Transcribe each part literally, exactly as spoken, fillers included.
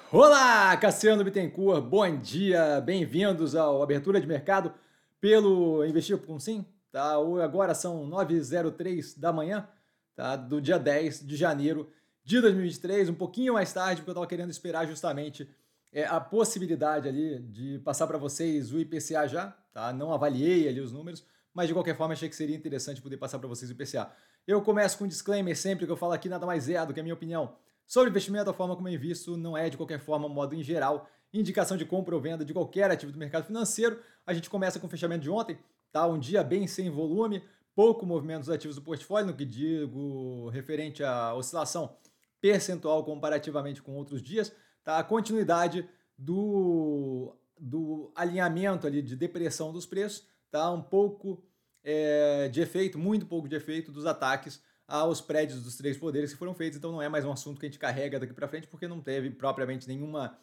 Olá, Cassiano Bittencourt, bom dia, bem-vindos ao Abertura de Mercado pelo Investir com Sim, tá? Agora são nove e zero três da manhã, tá? Do dia dez de janeiro de dois mil e vinte e três, um pouquinho mais tarde, porque eu estava querendo esperar justamente é, a possibilidade ali de passar para vocês o I P C A já, tá? Não avaliei ali os números, mas de qualquer forma achei que seria interessante poder passar para vocês o I P C A. Eu começo com um disclaimer sempre que eu falo aqui, nada mais é do que a minha opinião sobre investimento. A forma como eu invisto não é, de qualquer forma, modo em geral, indicação de compra ou venda de qualquer ativo do mercado financeiro. A gente começa com o fechamento de ontem, tá? Um dia bem sem volume, pouco movimento dos ativos do portfólio, no que digo referente à oscilação percentual comparativamente com outros dias, tá? A continuidade do, do alinhamento ali de depressão dos preços, tá? Um pouco é, de efeito, muito pouco de efeito dos ataques aos prédios dos três poderes que foram feitos. Então não é mais um assunto que a gente carrega daqui para frente, porque não teve propriamente nenhuma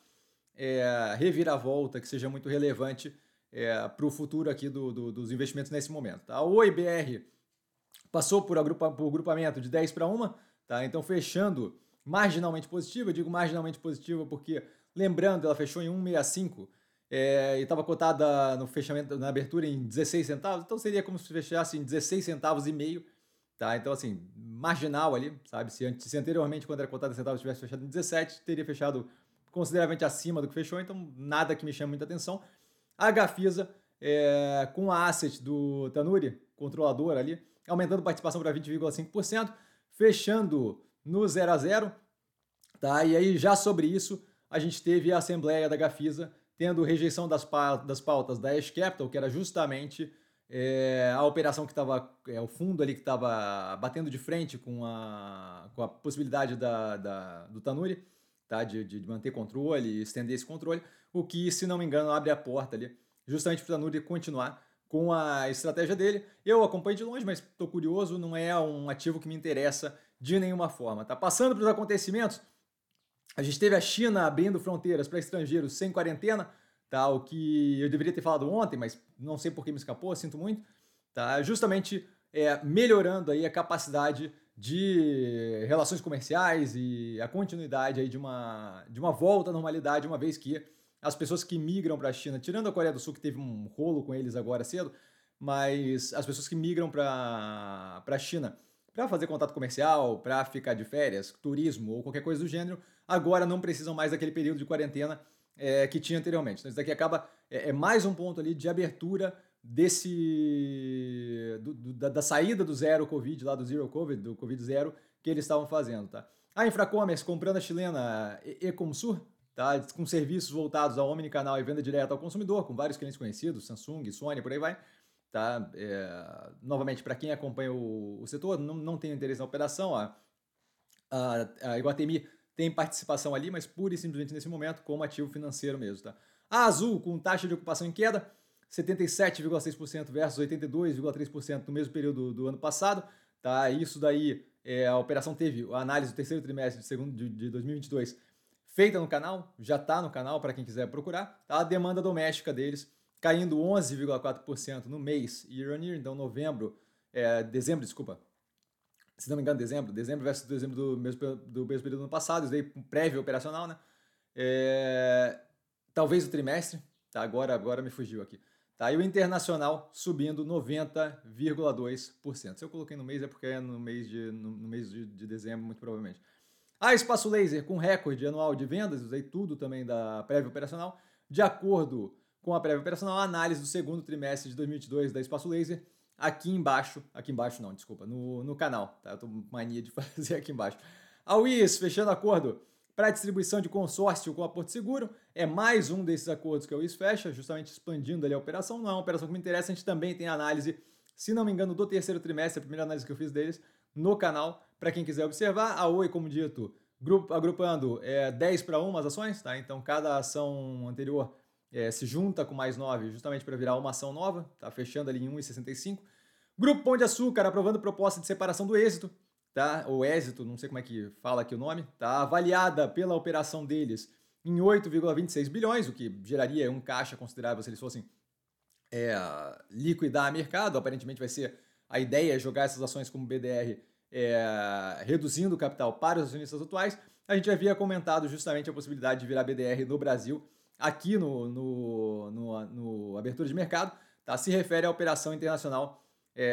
é, reviravolta que seja muito relevante é, para o futuro aqui do, do, dos investimentos nesse momento. Tá? O I B R passou por, agrupa, por grupamento de dez para uma, tá? Então fechando marginalmente positiva. Eu digo marginalmente positiva porque, lembrando, ela fechou em um vírgula sessenta e cinco é, e estava cotada no fechamento, na abertura, em dezesseis centavos, então seria como se fechasse em dezesseis centavos e meio. Tá? Então, assim, marginal ali, sabe? Se, antes, se anteriormente, quando era cotada em centavos, tivesse fechado em dezessete, teria fechado consideravelmente acima do que fechou, então nada que me chame muita atenção. A Gafisa, é, com a asset do Tanuri, controlador ali, aumentando participação para vinte vírgula cinco por cento, fechando no zero a zero. Tá? E aí, já sobre isso, a gente teve a assembleia da Gafisa tendo rejeição das, pa das pautas da Ash Capital, que era justamente é, a operação que estava, é, o fundo ali que estava batendo de frente com a, com a possibilidade da, da, do Tanuri, tá? de, de manter controle e estender esse controle, o que, se não me engano, abre a porta ali, justamente para o Tanuri continuar com a estratégia dele. Eu acompanho de longe, mas estou curioso, não é um ativo que me interessa de nenhuma forma. Tá? Passando para os acontecimentos, a gente teve a China abrindo fronteiras para estrangeiros sem quarentena, tá? O que eu deveria ter falado ontem, mas não sei por que me escapou, sinto muito. Tá? Justamente é, melhorando aí a capacidade de relações comerciais e a continuidade aí de uma, de uma volta à normalidade, uma vez que as pessoas que migram para a China, tirando a Coreia do Sul, que teve um rolo com eles agora cedo, mas as pessoas que migram para a China para fazer contato comercial, para ficar de férias, turismo ou qualquer coisa do gênero, agora não precisam mais daquele período de quarentena é, que tinha anteriormente. Então isso daqui acaba, é, é mais um ponto ali de abertura desse do, do, da, da saída do zero Covid, lá do zero Covid, do Covid zero, que eles estavam fazendo, tá? A Infracommerce comprando a chilena Ecomsur, tá? Com serviços voltados ao omnicanal e venda direta ao consumidor, com vários clientes conhecidos, Samsung, Sony, por aí vai. Tá? É, novamente, para quem acompanha o, o setor, não, não tem interesse na operação, a, a, a Iguatemi tem participação ali, mas pura e simplesmente nesse momento como ativo financeiro mesmo. Tá? A Azul, com taxa de ocupação em queda, setenta e sete vírgula seis por cento versus oitenta e dois vírgula três por cento no mesmo período do, do ano passado. Tá? Isso daí, é, a operação teve a análise do terceiro trimestre de, segundo, de, de dois mil e vinte e dois feita no canal, já está no canal para quem quiser procurar. Tá? A demanda doméstica deles caindo onze vírgula quatro por cento no mês year on year, então novembro, é, dezembro, desculpa, se não me engano, dezembro, dezembro versus dezembro do mesmo, do mesmo período do ano passado, isso daí prévio operacional, né? É, talvez o trimestre, tá? Agora, agora me fugiu aqui. Tá? E o internacional subindo noventa vírgula dois por cento. Se eu coloquei no mês é porque é no mês de, no, no mês de, de dezembro, muito provavelmente. A Espaço Laser com recorde anual de vendas, usei tudo também da prévia operacional, de acordo com a prévia operacional, a análise do segundo trimestre de dois mil e vinte e dois da Espaço Laser, aqui embaixo, aqui embaixo não, desculpa, no, no canal, tá? Eu tô com mania de fazer aqui embaixo. A U I S fechando acordo para distribuição de consórcio com a Porto Seguro, é mais um desses acordos que a U I S fecha, justamente expandindo ali a operação, não é uma operação que me interessa, a gente também tem análise, se não me engano, do terceiro trimestre, a primeira análise que eu fiz deles, no canal, para quem quiser observar. A Oi, como dito, grupo, agrupando é, dez para uma as ações, tá? Então cada ação anterior é, se junta com mais nove justamente para virar uma ação nova, tá? Fechando ali em um vírgula sessenta e cinco. Grupo Pão de Açúcar aprovando proposta de separação do êxito, tá? Ou êxito, não sei como é que fala aqui o nome, tá? Avaliada pela operação deles em oito vírgula vinte e seis bilhões, o que geraria um caixa considerável se eles fossem é, liquidar a mercado. Aparentemente vai ser a ideia é jogar essas ações como B D R, é, reduzindo o capital para os acionistas atuais. a gente havia comentado justamente a possibilidade de virar B D R no Brasil, aqui no, no, no, no Abertura de Mercado, tá? Se refere à operação internacional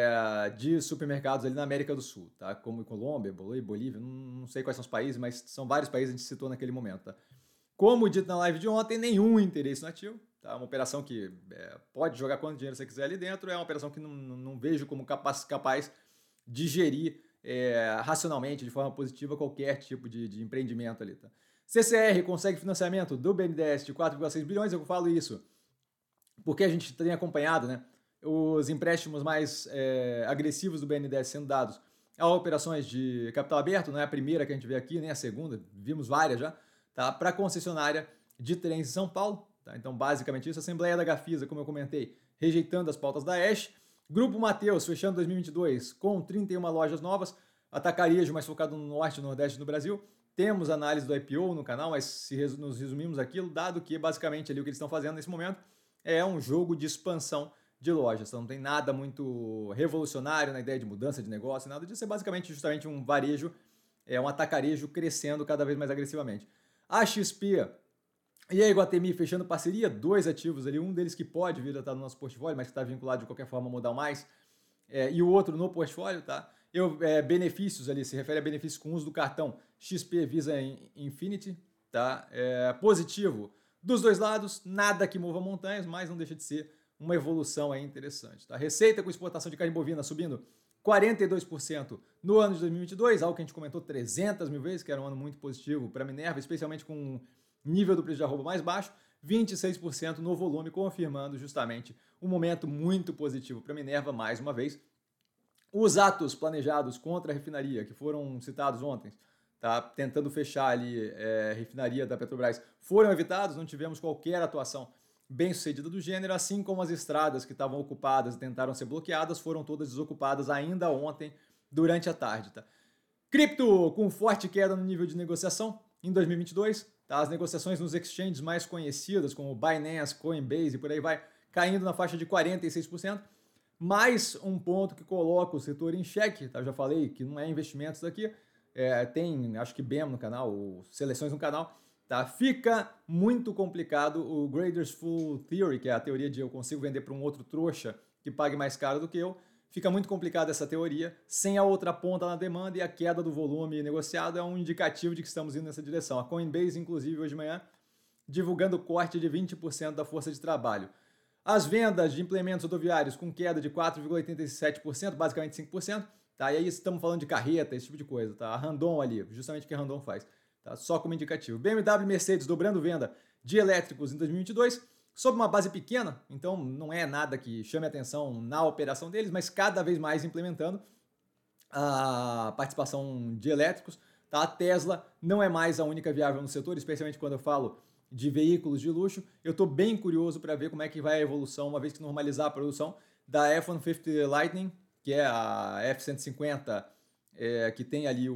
é, de supermercados ali na América do Sul, tá? Como Colômbia, Bolívia, não, não sei quais são os países, mas são vários países que a gente citou naquele momento, tá? Como dito na live de ontem, nenhum interesse no ativo, tá? Uma operação que é, pode jogar quanto dinheiro você quiser ali dentro, é uma operação que não, não, não vejo como capaz, capaz de gerir é, racionalmente, de forma positiva, qualquer tipo de, de empreendimento ali, tá? C C R consegue financiamento do B N D E S de quatro vírgula seis bilhões, eu falo isso porque a gente tem acompanhado, né, os empréstimos mais é, agressivos do B N D E S sendo dados a operações de capital aberto, não é a primeira que a gente vê aqui, nem a segunda, vimos várias já, tá, para concessionária de trens em São Paulo. Tá? Então, basicamente isso, Assembleia da Gafisa, como eu comentei, rejeitando as pautas da Ash. Grupo Mateus, fechando dois mil e vinte e dois com trinta e uma lojas novas, atacarejo mais focado no norte e nordeste do Brasil. Temos análise do I P O no canal, mas se nos resumimos aquilo, dado que basicamente ali o que eles estão fazendo nesse momento é um jogo de expansão de lojas. Então não tem nada muito revolucionário na ideia de mudança de negócio, nada disso. É basicamente justamente um varejo, é um atacarejo crescendo cada vez mais agressivamente. A X P e a Iguatemi fechando parceria, dois ativos ali, um deles que pode vir a estar no nosso portfólio, mas que está vinculado de qualquer forma a Modal Mais, é, e o outro no portfólio, tá? Eu, é, benefícios ali, se refere a benefícios com uso do cartão X P Visa Infinity, tá? É, positivo dos dois lados, nada que mova montanhas, mas não deixa de ser uma evolução aí interessante, tá? Receita com exportação de carne bovina subindo quarenta e dois por cento no ano de dois mil e vinte e dois, algo que a gente comentou trezentas mil vezes, que era um ano muito positivo para a Minerva, especialmente com nível do preço de arroba mais baixo, vinte e seis por cento no volume, confirmando justamente um momento muito positivo para a Minerva, mais uma vez. Os atos planejados contra a refinaria, que foram citados ontem, tá, tentando fechar ali é, a refinaria da Petrobras, foram evitados, não tivemos qualquer atuação bem sucedida do gênero, assim como as estradas que estavam ocupadas e tentaram ser bloqueadas, foram todas desocupadas ainda ontem, durante a tarde. Tá? Cripto com forte queda no nível de negociação em dois mil e vinte e dois, tá? As negociações nos exchanges mais conhecidas, como Binance, Coinbase e por aí vai, caindo na faixa de quarenta e seis por cento. Mais um ponto que coloca o setor em xeque, tá? Eu já falei que não é investimentos daqui, é, tem, acho que B E M no canal, ou seleções no canal, tá? Fica muito complicado o Graders Full Theory, que é a teoria de eu consigo vender para um outro trouxa que pague mais caro do que eu. Fica muito complicada essa teoria, sem a outra ponta na demanda, e a queda do volume negociado é um indicativo de que estamos indo nessa direção. A Coinbase, inclusive, hoje de manhã, divulgando corte de vinte por cento da força de trabalho. As vendas de implementos rodoviários com queda de quatro vírgula oitenta e sete por cento, basicamente cinco por cento, tá? E aí estamos falando de carreta, esse tipo de coisa, tá? A Randon ali, justamente o que a Randon faz, tá? Só como indicativo. B M W e Mercedes dobrando venda de elétricos em dois mil e vinte e dois, sob uma base pequena, então não é nada que chame atenção na operação deles, mas cada vez mais implementando a participação de elétricos, tá? A Tesla não é mais a única viável no setor, especialmente quando eu falo de veículos de luxo. Eu estou bem curioso para ver como é que vai a evolução, uma vez que normalizar a produção da F cento e cinquenta Lightning, que é a F cento e cinquenta, é, que tem ali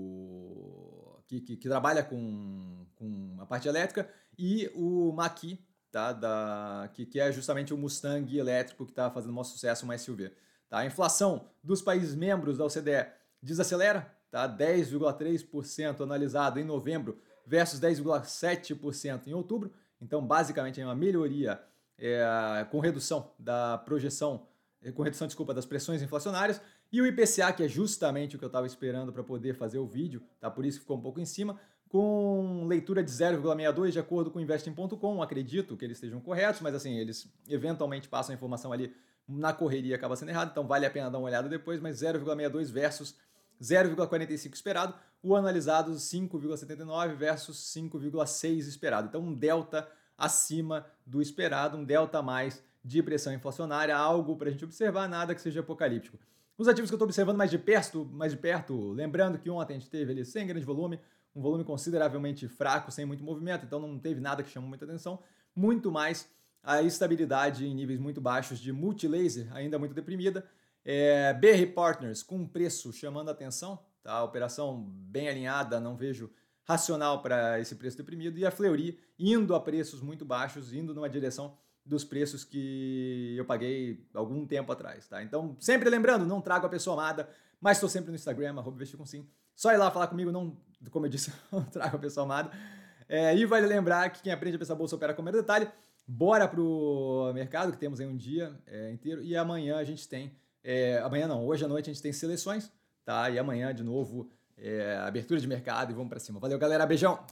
o... que, que, que trabalha com, com a parte elétrica, e o Mach-E, tá? Da, que, que é justamente o Mustang elétrico que está fazendo o maior sucesso, uma S U V. Tá? A inflação dos países membros da O C D E desacelera, tá? dez vírgula três por cento analisado em novembro, versus dez vírgula sete por cento em outubro. Então, basicamente, é uma melhoria é, com redução da projeção, com redução, desculpa, das pressões inflacionárias. E o I P C A, que é justamente o que eu estava esperando para poder fazer o vídeo, tá? Por isso que ficou um pouco em cima, com leitura de zero vírgula sessenta e dois, de acordo com o investing ponto com. Acredito que eles estejam corretos, mas assim, eles eventualmente passam a informação ali na correria e acaba sendo errado, então vale a pena dar uma olhada depois, mas zero vírgula sessenta e dois versus zero vírgula quarenta e cinco esperado, o analisado cinco vírgula setenta e nove versus cinco vírgula seis esperado. Então um delta acima do esperado, um delta a mais de pressão inflacionária, algo para a gente observar, nada que seja apocalíptico. Os ativos que eu estou observando mais de perto, mais de perto, lembrando que ontem a gente teve ali sem grande volume, um volume consideravelmente fraco, sem muito movimento, então não teve nada que chamou muita atenção, muito mais a estabilidade em níveis muito baixos de Multilaser, ainda muito deprimida, é, B R Partners com preço chamando a atenção, tá? A operação bem alinhada, não vejo racional para esse preço deprimido, e a Fleury indo a preços muito baixos, indo numa direção dos preços que eu paguei algum tempo atrás, tá? Então, sempre lembrando, não trago a pessoa amada, mas estou sempre no Instagram, arroba investir com sim. Só ir lá falar comigo, não, como eu disse, não traga o pessoal amado. É, e vale lembrar que quem aprende a pensar bolsa opera com o menor detalhe. Bora pro mercado, que temos aí um dia é, inteiro. E amanhã a gente tem... É, amanhã não, hoje à noite a gente tem seleções, tá? E amanhã, de novo, é, abertura de mercado e vamos pra cima. Valeu, galera. Beijão!